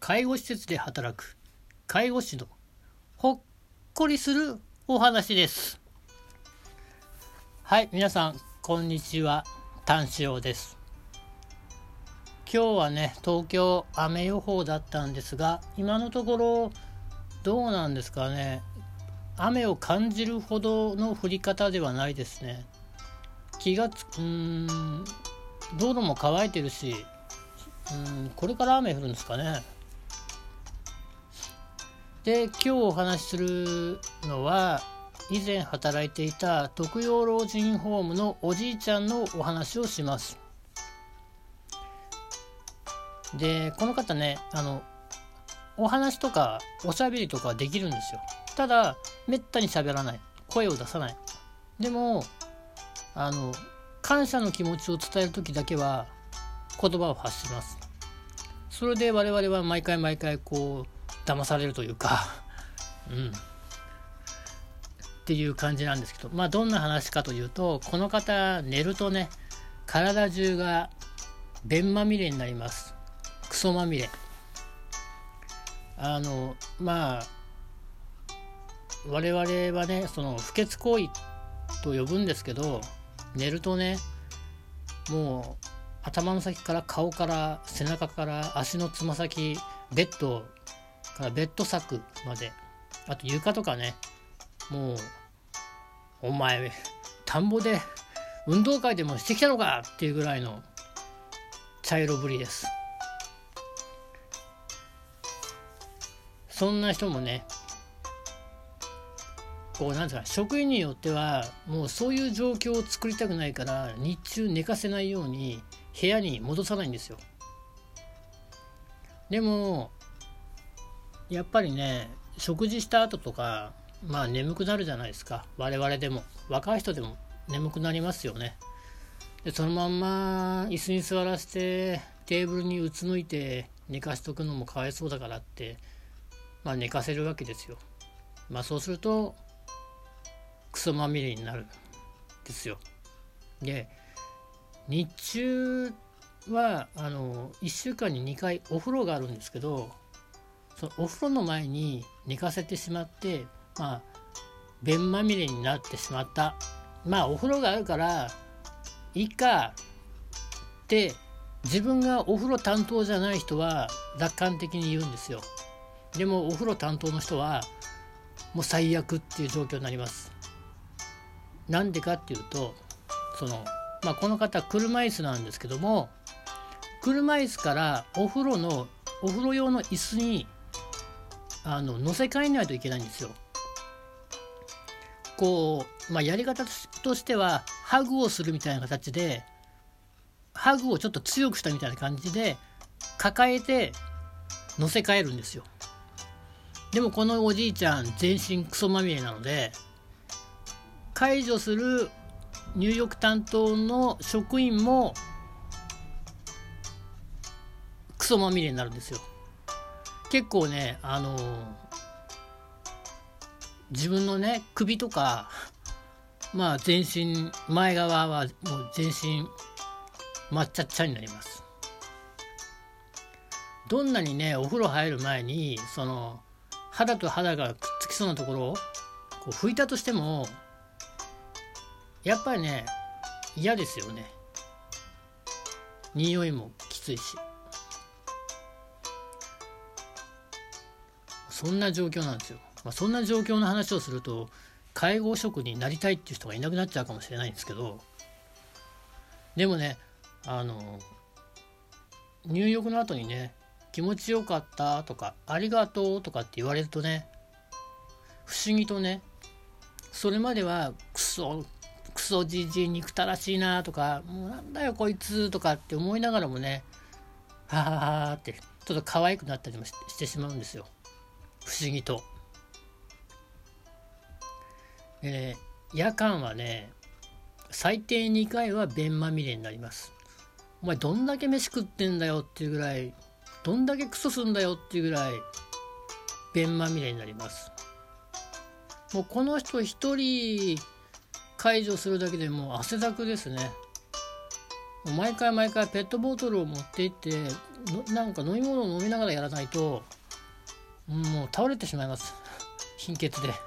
介護施設で働く介護士のほっこりするお話です。はい、皆さんこんにちは、タンシオです。今日はね、東京雨予報だったんですが、今のところどうなんですかね。雨を感じるほどの降り方ではないですね。道路も乾いてるし、これから雨降るんですかね。で、今日お話しするのは、以前働いていた特養老人ホームのおじいちゃんのお話をします。で、この方ね、お話とかおしゃべりとかできるんですよ。ただめったに喋らない、声を出さない。でも感謝の気持ちを伝える時だけは言葉を発します。それで我々は毎回こう騙されるというかっていう感じなんですけど、どんな話かというと、この方寝るとね、体中が便まみれになります。クソまみれ。我々はね、その不潔行為と呼ぶんですけど、寝るとね、もう頭の先から顔から背中から足のつま先、ベッドからベッド柵まで、あと床とかね、もうお前田んぼで運動会でもしてきたのかっていうぐらいの茶色ぶりです。そんな人もね、職員によってはもうそういう状況を作りたくないから、日中寝かせないように部屋に戻さないんですよ。でもやっぱりね、食事した後とか眠くなるじゃないですか。我々でも、若い人でも眠くなりますよね。でそのまんま椅子に座らせてテーブルにうつむいて寝かしとくのもかわいそうだからって、寝かせるわけですよ。そうするとクソまみれになるんですよ。で、日中は1週間に2回お風呂があるんですけど、そのお風呂の前に寝かせてしまって、便まみれになってしまった。お風呂があるからいいかって自分がお風呂担当じゃない人は楽観的に言うんですよ。でもお風呂担当の人はもう最悪っていう状況になります。なんでかっていうと、この方車椅子なんですけども、車椅子からお風呂用の椅子に乗せ替えないといけないんですよ。やり方としてはハグをするみたいな形で、ハグをちょっと強くしたみたいな感じで抱えて乗せ替えるんですよ。でもこのおじいちゃん全身クソまみれなので、介助する入浴担当の職員もクソまみれになるんですよ。結構ね、自分のね、首とか全身前側はもう全身抹茶っちゃになります。どんなにね、お風呂入る前に肌と肌がくっつきそうなところを拭いたとしても、やっぱりね、嫌ですよね。匂いもきついし。そんな状況なんですよ。そんな状況の話をすると、介護職になりたいっていう人がいなくなっちゃうかもしれないんですけど、でもね、入浴の後にね、気持ちよかったとかありがとうとかって言われるとね、不思議とね、それまではクソじじい憎たらしいなとか、もうなんだよこいつとかって思いながらもね、はははってちょっと可愛くなったりもしてしまうんですよ、不思議と。夜間はね、最低2回は便まみれになります。お前どんだけ飯食ってんだよっていうぐらい、どんだけクソすんだよっていうぐらい便まみれになります。もうこの人一人介助するだけでもう汗だくですね。毎回ペットボトルを持って行ってなんか飲み物を飲みながらやらないともう倒れてしまいます貧血で。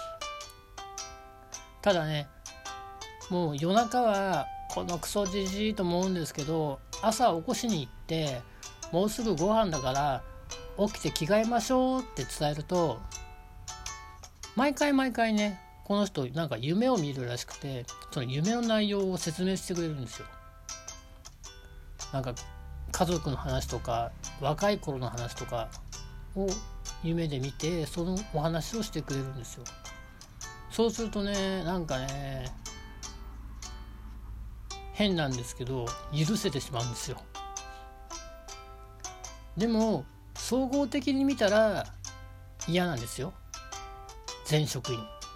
ただね、もう夜中はこのクソじじいと思うんですけど、朝起こしに行ってもうすぐご飯だから起きて着替えましょうって伝えると、毎回ね、この人なんか夢を見るらしくて、その夢の内容を説明してくれるんですよ。なんか家族の話とか若い頃の話とかを夢で見て、そのお話をしてくれるんですよ。そうするとね、なんかね、変なんですけど許せてしまうんですよ。でも総合的に見たら嫌なんですよ、全職員。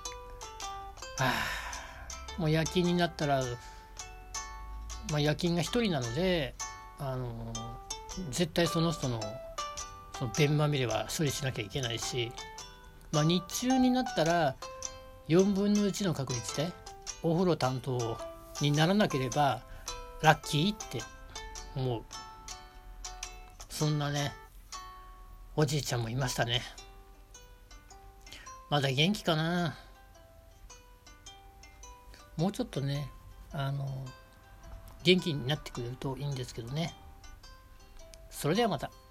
もう夜勤になったら、夜勤が一人なので、絶対その人のその便まみれは処理しなきゃいけないし、日中になったら4分の1の確率でお風呂担当にならなければラッキーって思う。そんなねおじいちゃんもいましたね。まだ元気かな。もうちょっとね元気になってくれるといいんですけどね。それではまた。